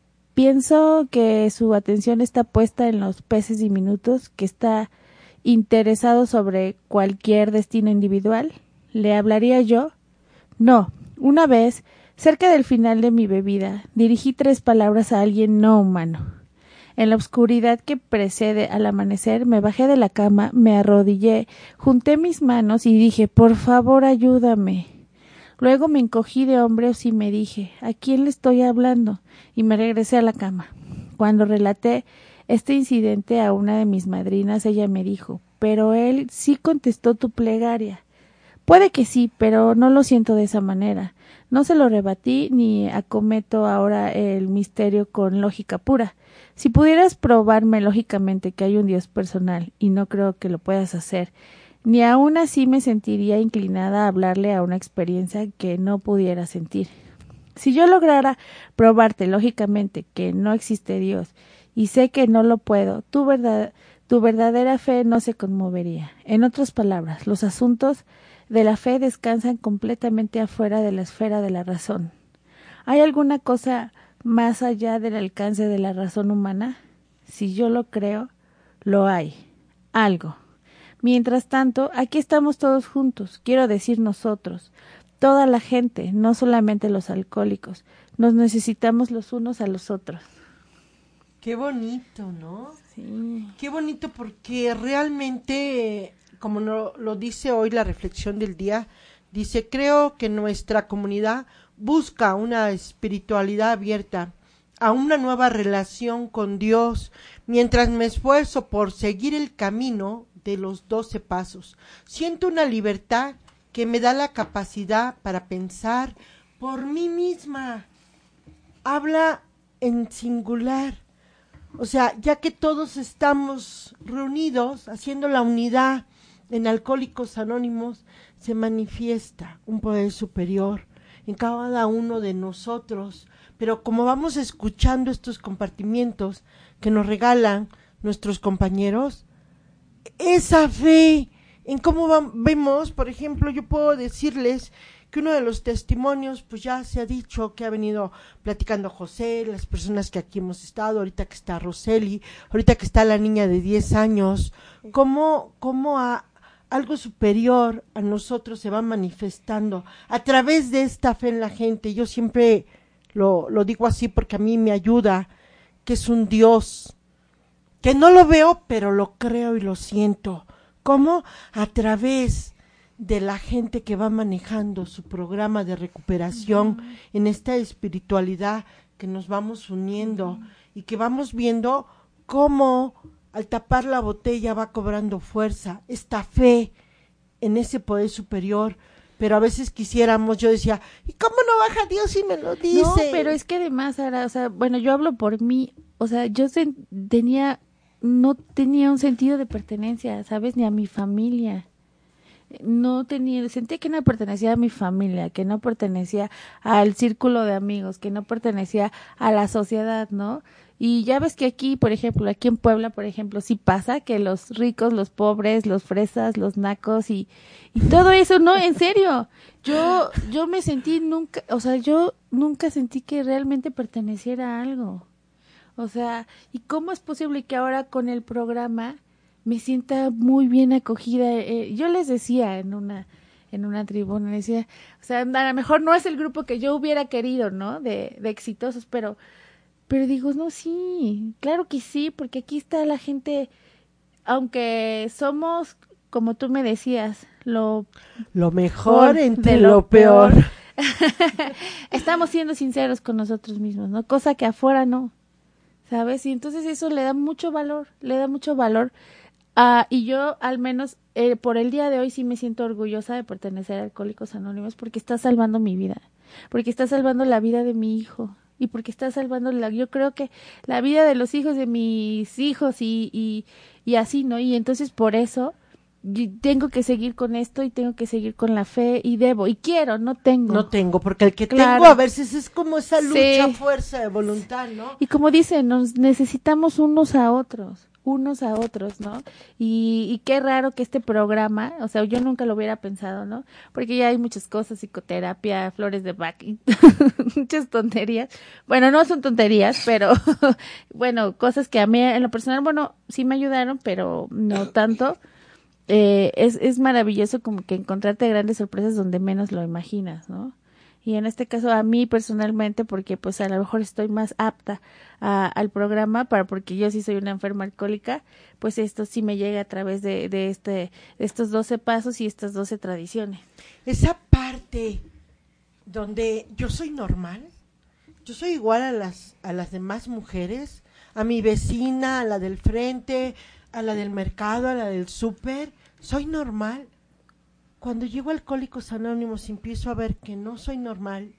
[SPEAKER 3] pienso que su atención está puesta en los peces diminutos, que está interesado sobre cualquier destino individual. ¿Le hablaría yo? No, una vez, cerca del final de mi bebida, dirigí 3 palabras a alguien no humano. En la oscuridad que precede al amanecer, me bajé de la cama, me arrodillé, junté mis manos y dije, por favor, ayúdame. Luego me encogí de hombros y me dije, ¿a quién le estoy hablando? Y me regresé a la cama. Cuando relaté este incidente a una de mis madrinas, ella me dijo, pero él sí contestó tu plegaria. Puede que sí, pero no lo siento de esa manera. No se lo rebatí ni acometo ahora el misterio con lógica pura. Si pudieras probarme lógicamente que hay un Dios personal, y no creo que lo puedas hacer, ni aún así me sentiría inclinada a hablarle a una experiencia que no pudiera sentir. Si yo lograra probarte lógicamente que no existe Dios, y sé que no lo puedo, tu verdadera fe no se conmovería. En otras palabras, los asuntos de la fe descansan completamente afuera de la esfera de la razón. ¿Hay alguna cosa más allá del alcance de la razón humana? Si yo lo creo, lo hay. Algo. Mientras tanto, aquí estamos todos juntos, quiero decir nosotros, toda la gente, no solamente los alcohólicos. Nos necesitamos los unos a los otros.
[SPEAKER 2] Qué bonito, ¿no?
[SPEAKER 3] Sí.
[SPEAKER 2] Qué bonito porque realmente, como lo dice hoy la reflexión del día, dice, creo que nuestra comunidad busca una espiritualidad abierta a una nueva relación con Dios, mientras me esfuerzo por seguir el camino de los 12 pasos. Siento una libertad que me da la capacidad para pensar por mí misma. Habla en singular. O sea, ya que todos estamos reunidos haciendo la unidad en Alcohólicos Anónimos, se manifiesta un poder superior en cada uno de nosotros. Pero como vamos escuchando estos compartimientos que nos regalan nuestros compañeros, esa fe en cómo vemos, por ejemplo, yo puedo decirles que uno de los testimonios, pues ya se ha dicho que ha venido platicando José, las personas que aquí hemos estado, ahorita que está Roseli, ahorita que está la niña de 10 años, cómo algo superior a nosotros se va manifestando a través de esta fe en la gente. Yo siempre lo digo así porque a mí me ayuda, que es un Dios, que no lo veo, pero lo creo y lo siento. ¿Cómo? A través de la gente que va manejando su programa de recuperación en esta espiritualidad que nos vamos uniendo y que vamos viendo cómo al tapar la botella va cobrando fuerza, esta fe en ese poder superior. Pero a veces quisiéramos, yo decía, ¿y cómo no baja Dios y me lo dice?
[SPEAKER 3] No, pero es que además, Sara, o sea, bueno, yo hablo por mí, o sea, yo no tenía un sentido de pertenencia, ¿sabes? Ni a mi familia. Sentía que no pertenecía a mi familia, que no pertenecía al círculo de amigos, que no pertenecía a la sociedad, ¿no? Y ya ves que aquí, por ejemplo, aquí en Puebla, por ejemplo, sí pasa que los ricos, los pobres, los fresas, los nacos y todo eso, no, en serio. Yo me sentí yo nunca sentí que realmente perteneciera a algo. O sea, ¿y cómo es posible que ahora con el programa me sienta muy bien acogida? Yo les decía en en una tribuna, decía, o sea, a lo mejor no es el grupo que yo hubiera querido, ¿no? De exitosos, pero digo, no, sí, claro que sí, porque aquí está la gente, aunque somos, como tú me decías, lo
[SPEAKER 2] mejor entre lo peor.
[SPEAKER 3] Estamos siendo sinceros con nosotros mismos, ¿no? Cosa que afuera no, ¿sabes? Y entonces eso le da mucho valor. Y yo, al menos, por el día de hoy sí me siento orgullosa de pertenecer a Alcohólicos Anónimos porque está salvando mi vida, porque está salvando la vida de mi hijo y porque está salvando, yo creo que la vida de los hijos de mis hijos y así, ¿no? Y entonces por eso tengo que seguir con esto y tengo que seguir con la fe y debo y quiero, no tengo
[SPEAKER 2] porque el que
[SPEAKER 3] claro.
[SPEAKER 2] tengo a veces es como esa lucha,
[SPEAKER 3] sí.
[SPEAKER 2] fuerza de voluntad, ¿no?
[SPEAKER 3] Y como dicen, nos necesitamos unos a otros, ¿no? Y qué raro que este programa, o sea, yo nunca lo hubiera pensado, ¿no? Porque ya hay muchas cosas, psicoterapia, flores de Bach, muchas tonterías. Bueno, no son tonterías, pero bueno, cosas que a mí en lo personal, bueno, sí me ayudaron, pero no tanto. Es maravilloso como que encontrarte grandes sorpresas donde menos lo imaginas, ¿no? Y en este caso a mí personalmente, porque pues a lo mejor estoy más apta al programa, porque yo sí soy una enferma alcohólica, pues esto sí me llega a través de estos 12 pasos y estas 12 tradiciones.
[SPEAKER 2] Esa parte donde yo soy normal, yo soy igual a las demás mujeres, a mi vecina, a la del frente, a la del mercado, a la del súper, soy normal. Cuando llego a Alcohólicos Anónimos y empiezo a ver que no soy normal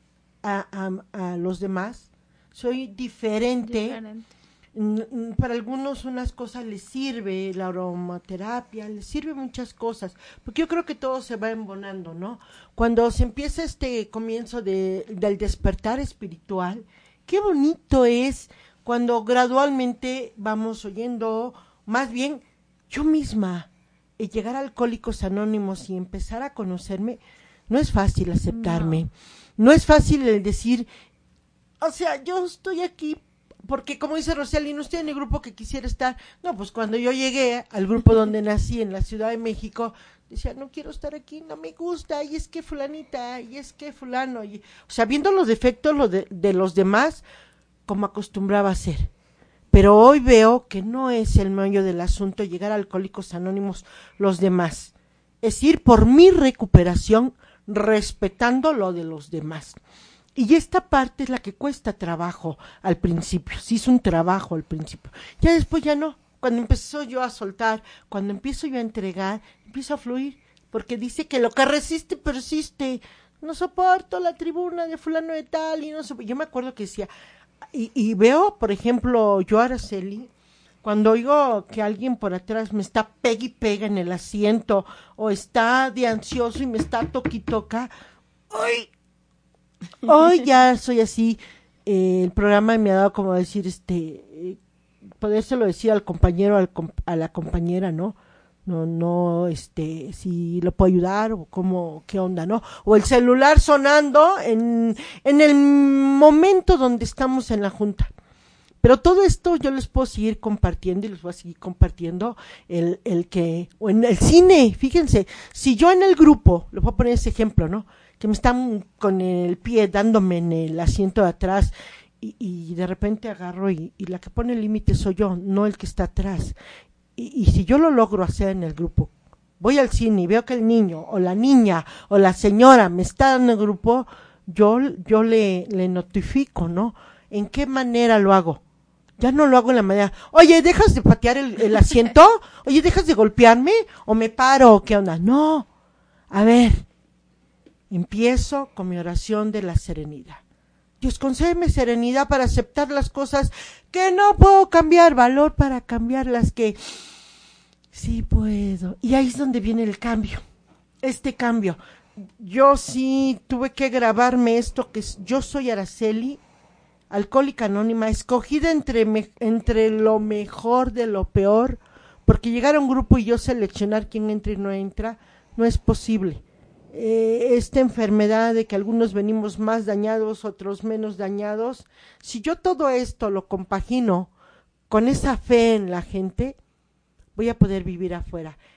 [SPEAKER 2] a los demás, soy diferente. Para algunos unas cosas les sirve, la aromaterapia, les sirve muchas cosas, porque yo creo que todo se va embonando, ¿no? Cuando se empieza este comienzo del despertar espiritual, qué bonito es cuando gradualmente vamos oyendo, más bien yo misma, llegar a Alcohólicos Anónimos y empezar a conocerme, no es fácil aceptarme, no es fácil el decir, o sea, yo estoy aquí porque como dice Roseli, no estoy en el grupo que quisiera estar. No, pues cuando yo llegué al grupo donde nací, en la Ciudad de México, decía, no quiero estar aquí, no me gusta, y es que fulanita, y es que fulano, o sea, viendo los defectos de los demás, como acostumbraba a ser. Pero hoy veo que no es el meollo del asunto llegar a Alcohólicos Anónimos los demás. Es ir por mi recuperación respetando lo de los demás. Y esta parte es la que cuesta trabajo al principio. Sí es un trabajo al principio. Ya después ya no. Cuando empiezo yo a soltar, cuando empiezo yo a entregar, empiezo a fluir. Porque dice que lo que resiste, persiste. No soporto la tribuna de fulano de tal y no soporto. Yo me acuerdo que decía... Y veo, por ejemplo, yo a Araceli, cuando oigo que alguien por atrás me está pega y pega en el asiento, o está de ansioso y me está toca, ¡ay! Hoy ya soy así, el programa me ha dado como decir, podérselo decir al compañero, a la compañera, ¿no? No, si lo puedo ayudar o cómo, qué onda, ¿no? O el celular sonando en el momento donde estamos en la junta. Pero todo esto yo les puedo seguir compartiendo y les voy a seguir compartiendo o en el cine, fíjense, si yo en el grupo, les voy a poner ese ejemplo, ¿no? Que me están con el pie dándome en el asiento de atrás y de repente agarro y la que pone el límite soy yo, no el que está atrás. Y si yo lo logro hacer en el grupo, voy al cine y veo que el niño o la niña o la señora me está dando el grupo, yo le notifico, ¿no? ¿En qué manera lo hago? Ya no lo hago en la manera, oye, ¿dejas de patear el asiento? Oye, ¿dejas de golpearme? ¿O me paro? ¿Qué onda? No, a ver, empiezo con mi oración de la serenidad. Dios, concédeme serenidad para aceptar las cosas que no puedo cambiar, valor para cambiar las que sí puedo. Y ahí es donde viene el cambio, este cambio. Yo sí tuve que grabarme esto, que yo soy Araceli, alcohólica anónima, escogida entre lo mejor de lo peor, porque llegar a un grupo y yo seleccionar quién entra y no entra, no es posible. Esta enfermedad de que algunos venimos más dañados, otros menos dañados, si yo todo esto lo compagino con esa fe en la gente, voy a poder vivir afuera.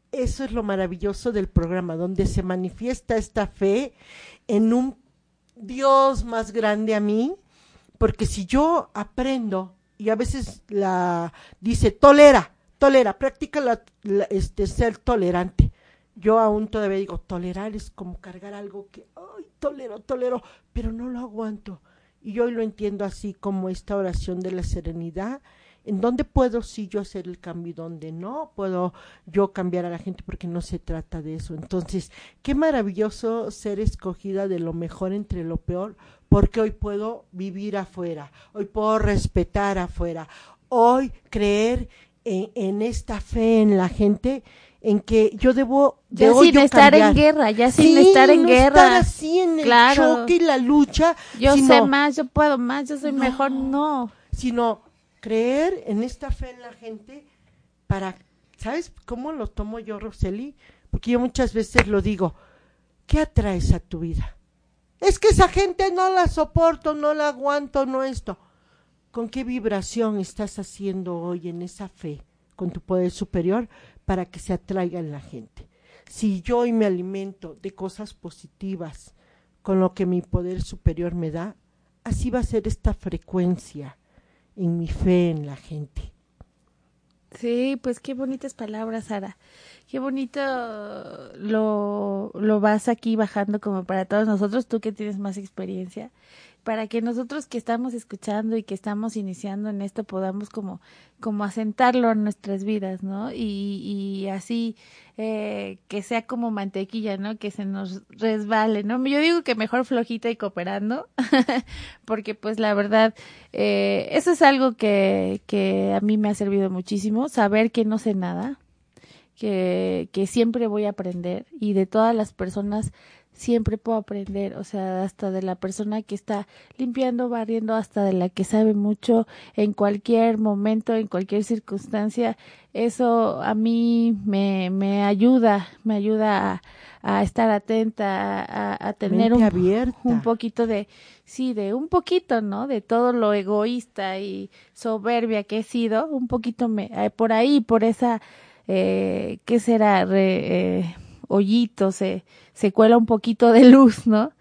[SPEAKER 2] eso es lo maravilloso del programa, donde se manifiesta esta fe en un Dios más grande a mí, porque si yo aprendo, y a veces dice, tolera, practica ser tolerante. Yo aún todavía digo, tolerar es como cargar algo que, ay, tolero, pero no lo aguanto. Y yo hoy lo entiendo así como esta oración de la serenidad, en donde puedo sí yo hacer el cambio y donde no puedo yo cambiar a la gente, porque no se trata de eso. Entonces, qué maravilloso ser escogida de lo mejor entre lo peor, porque hoy puedo vivir afuera, hoy puedo respetar afuera, hoy creer en esta fe en la gente, en que yo debo de
[SPEAKER 3] ya
[SPEAKER 2] hoy
[SPEAKER 3] sin
[SPEAKER 2] yo
[SPEAKER 3] estar
[SPEAKER 2] cambiar.
[SPEAKER 3] en guerra, ya
[SPEAKER 2] Sí,
[SPEAKER 3] sin estar en
[SPEAKER 2] no
[SPEAKER 3] guerra.
[SPEAKER 2] Estar así en el
[SPEAKER 3] Claro.
[SPEAKER 2] choque y la lucha.
[SPEAKER 3] Yo
[SPEAKER 2] sino,
[SPEAKER 3] sé más, yo puedo más, yo soy
[SPEAKER 2] No.
[SPEAKER 3] mejor, no.
[SPEAKER 2] Sino creer en esta fe en la gente para, ¿sabes cómo lo tomo yo, Roseli? Porque yo muchas veces lo digo, ¿qué atraes a tu vida? Es que esa gente no la soporto, no la aguanto, no esto. ¿Con qué vibración estás haciendo hoy en esa fe, con tu poder superior, para que se atraiga en la gente? Si yo hoy me alimento de cosas positivas, con lo que mi poder superior me da, así va a ser esta frecuencia en mi fe en la gente.
[SPEAKER 3] Sí, pues qué bonitas palabras, Sara. Qué bonito lo vas aquí bajando como para todos nosotros, tú que tienes más experiencia, para que nosotros que estamos escuchando y que estamos iniciando en esto podamos como asentarlo en nuestras vidas, ¿no? Y así que sea como mantequilla, ¿no? Que se nos resbale, ¿no? Yo digo que mejor flojita y cooperando, porque pues la verdad, eso es algo que a mí me ha servido muchísimo, saber que no sé nada, que siempre voy a aprender, y de todas las personas siempre puedo aprender, o sea, hasta de la persona que está limpiando, barriendo, hasta de la que sabe mucho en cualquier momento, en cualquier circunstancia. Eso a mí me ayuda a estar atenta, a tener un poquito de, sí, de un poquito, ¿no? De todo lo egoísta y soberbia que he sido, un poquito por ahí, por esa, ¿qué será? Hoyito, se cuela un poquito de luz, ¿no?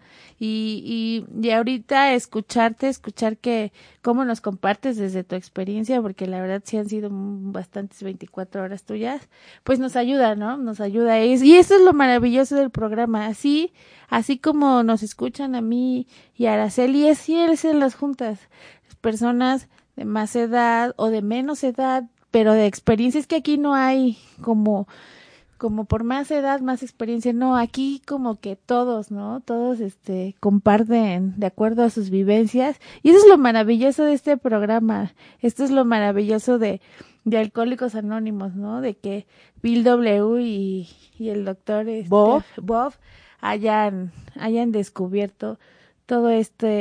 [SPEAKER 3] Y ahorita escuchar que cómo nos compartes desde tu experiencia, porque la verdad sí han sido bastantes 24 horas tuyas, pues nos ayuda, ¿no? Nos ayuda. Y eso es lo maravilloso del programa. Así como nos escuchan a mí y a Araceli, así es en las juntas. Personas de más edad o de menos edad, pero de experiencias que aquí no hay como por más edad, más experiencia, no, aquí como que todos, ¿no? Todos comparten de acuerdo a sus vivencias, y eso es lo maravilloso de este programa. Esto es lo maravilloso de Alcohólicos Anónimos, ¿no? De que Bill W. y el doctor Bob hayan descubierto todo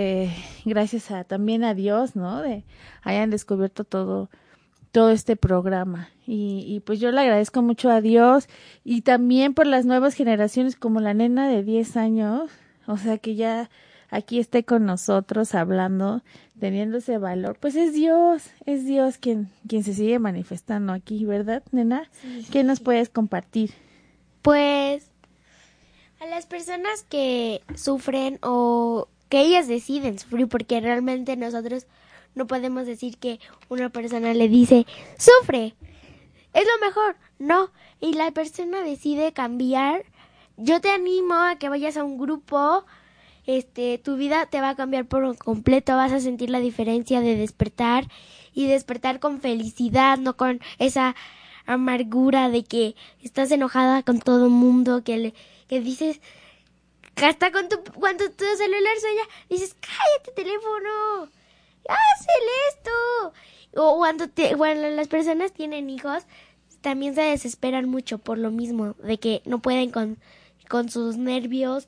[SPEAKER 3] gracias también a Dios, ¿no? Hayan descubierto todo este programa, y pues yo le agradezco mucho a Dios, y también por las nuevas generaciones, como la nena de 10 años, o sea, que ya aquí esté con nosotros hablando, teniendo ese valor. Pues es Dios quien se sigue manifestando aquí, ¿verdad, nena? Sí. ¿Qué nos puedes compartir?
[SPEAKER 4] Pues a las personas que sufren o que ellas deciden sufrir, porque realmente nosotros no podemos decir que una persona le dice, sufre, es lo mejor. No, y la persona decide cambiar. Yo te animo a que vayas a un grupo, tu vida te va a cambiar por completo, vas a sentir la diferencia de despertar, y despertar con felicidad, no con esa amargura de que estás enojada con todo el mundo, que dices, hasta cuando tu celular suena, dices, cállate teléfono, ¡hazle esto! O cuando las personas tienen hijos, también se desesperan mucho por lo mismo, de que no pueden con sus nervios,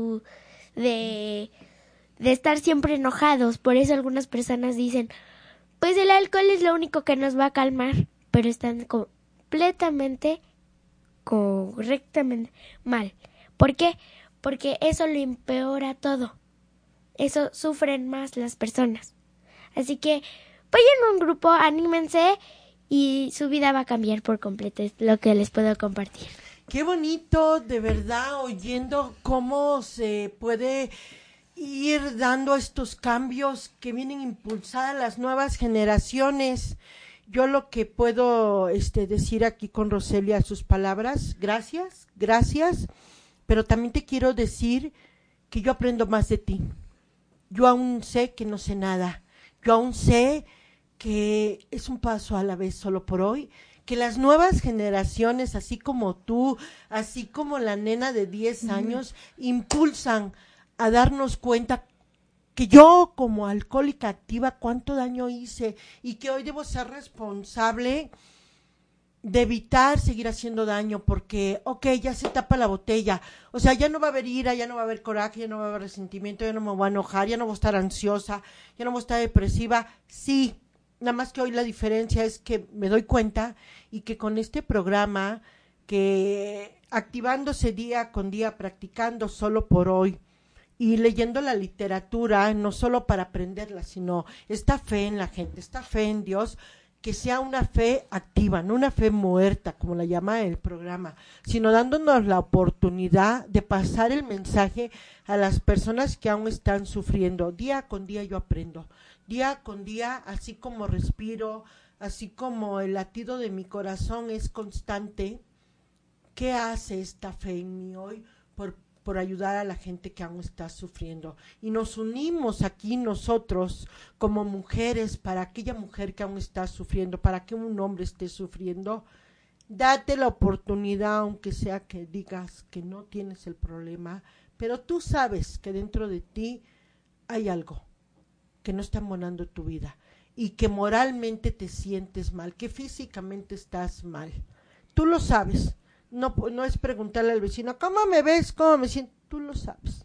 [SPEAKER 4] de estar siempre enojados. Por eso algunas personas dicen, pues el alcohol es lo único que nos va a calmar, pero están completamente, correctamente mal. ¿Por qué? Porque eso lo empeora todo. Eso sufren más las personas. Así que vayan a un grupo, anímense, y su vida va a cambiar por completo. Es lo que les puedo compartir.
[SPEAKER 2] Qué bonito, de verdad, oyendo cómo se puede ir dando estos cambios que vienen impulsadas las nuevas generaciones. Yo lo que puedo decir aquí con Roselia sus palabras, gracias, pero también te quiero decir que yo aprendo más de ti. Yo aún sé que no sé nada. Yo aún sé que es un paso a la vez solo por hoy, que las nuevas generaciones, así como tú, así como la nena de 10 años, impulsan a darnos cuenta que yo como alcohólica activa cuánto daño hice y que hoy debo ser responsable de evitar seguir haciendo daño porque, ya se tapa la botella, o sea, ya no va a haber ira, ya no va a haber coraje, ya no va a haber resentimiento, ya no me voy a enojar, ya no voy a estar ansiosa, ya no voy a estar depresiva, sí, nada más que hoy la diferencia es que me doy cuenta y que con este programa, que activándose día con día, practicando solo por hoy, y leyendo la literatura, no solo para aprenderla, sino esta fe en la gente, esta fe en Dios, que sea una fe activa, no una fe muerta, como la llama el programa, sino dándonos la oportunidad de pasar el mensaje a las personas que aún están sufriendo. Día con día yo aprendo, día con día, así como respiro, así como el latido de mi corazón es constante. ¿Qué hace esta fe en mí hoy por ayudar a la gente que aún está sufriendo? Y nos unimos aquí nosotros como mujeres para aquella mujer que aún está sufriendo, para que un hombre esté sufriendo. Date la oportunidad, aunque sea que digas que no tienes el problema, pero tú sabes que dentro de ti hay algo que no está embonando tu vida y que moralmente te sientes mal, que físicamente estás mal. Tú lo sabes. No es preguntarle al vecino, ¿cómo me ves? ¿Cómo me siento? Tú lo sabes.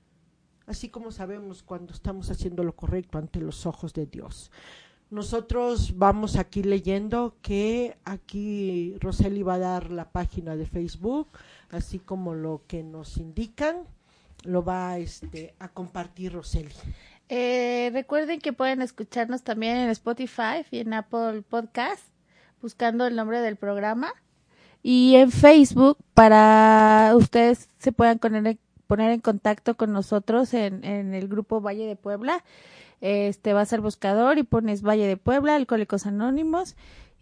[SPEAKER 2] Así como sabemos cuando estamos haciendo lo correcto ante los ojos de Dios. Nosotros vamos aquí leyendo que aquí Roseli va a dar la página de Facebook, así como lo que nos indican, lo va a compartir Roseli.
[SPEAKER 3] Recuerden que pueden escucharnos también en Spotify y en Apple Podcast, buscando el nombre del programa. Y en Facebook, para ustedes se puedan poner en contacto con nosotros en el grupo Valle de Puebla. Vas al buscador y pones Valle de Puebla, Alcohólicos Anónimos,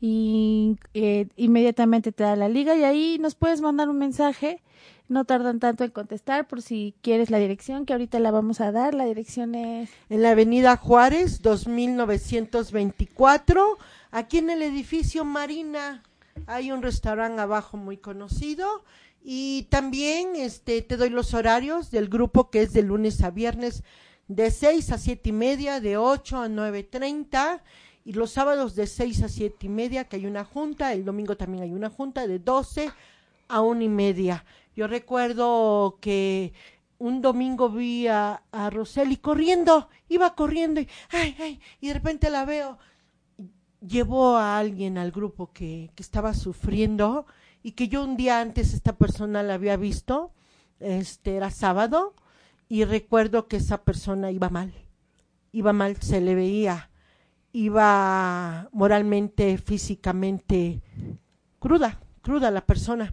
[SPEAKER 3] y inmediatamente te da la liga y ahí nos puedes mandar un mensaje. No tardan tanto en contestar, por si quieres la dirección, que ahorita la vamos a dar. La dirección es
[SPEAKER 2] en la avenida Juárez, 2924, aquí en el edificio Marina. Hay un restaurante abajo muy conocido y también te doy los horarios del grupo, que es de lunes a viernes de 6 a 7:30, de 8 a 9:30, y los sábados de 6 a 7:30, que hay una junta. El domingo también hay una junta de 12 a 1:30. Yo recuerdo que un domingo vi a Roseli corriendo, iba corriendo y de repente la veo. Llevó a alguien al grupo que estaba sufriendo y que yo un día antes esta persona la había visto, era sábado, y recuerdo que esa persona iba mal, se le veía, iba moralmente, físicamente cruda la persona,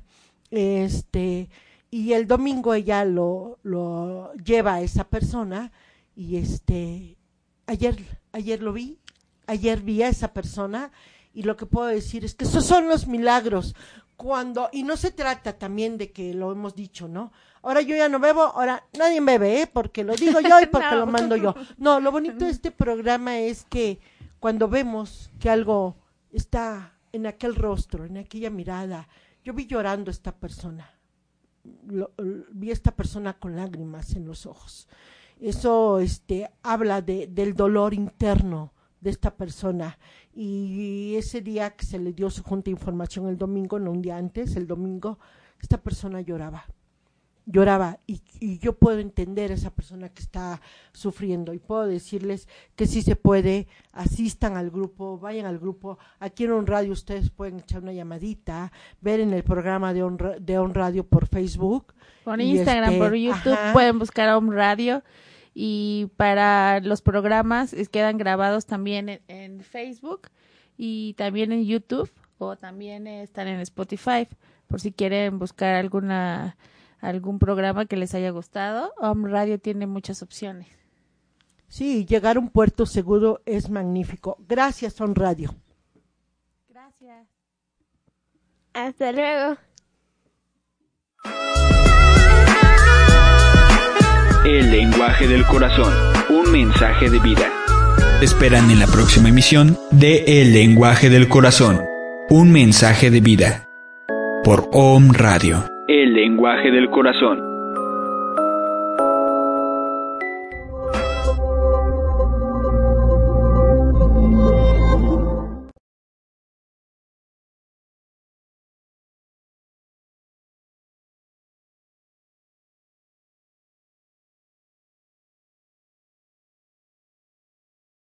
[SPEAKER 2] y el domingo ella lo lleva a esa persona y ayer lo vi. Ayer vi a esa persona y lo que puedo decir es que esos son los milagros. Y no se trata también de que lo hemos dicho, ¿no? Ahora yo ya no bebo, ahora nadie bebe, porque lo digo yo y porque lo mando yo. No, lo bonito de este programa es que cuando vemos que algo está en aquel rostro, en aquella mirada, yo vi llorando a esta persona, vi a esta persona con lágrimas en los ojos. Eso habla del dolor interno de esta persona, y ese día que se le dio su junta de información el domingo, no un día antes, el domingo, esta persona lloraba y yo puedo entender a esa persona que está sufriendo y puedo decirles que si se puede, asistan al grupo, vayan al grupo. Aquí en On Radio ustedes pueden echar una llamadita, ver en el programa de On Radio por Facebook,
[SPEAKER 3] por Instagram, por YouTube, pueden buscar a On Radio. Y para los programas quedan grabados también en Facebook y también en YouTube, o también están en Spotify, por si quieren buscar algún programa que les haya gustado. Om Radio tiene muchas opciones.
[SPEAKER 2] Sí, llegar a un puerto seguro es magnífico. Gracias, Om Radio.
[SPEAKER 3] Gracias.
[SPEAKER 4] Hasta luego.
[SPEAKER 1] El lenguaje del corazón, un mensaje de vida. Esperan en la próxima emisión de El lenguaje del corazón, un mensaje de vida. Por Om Radio. El lenguaje del corazón.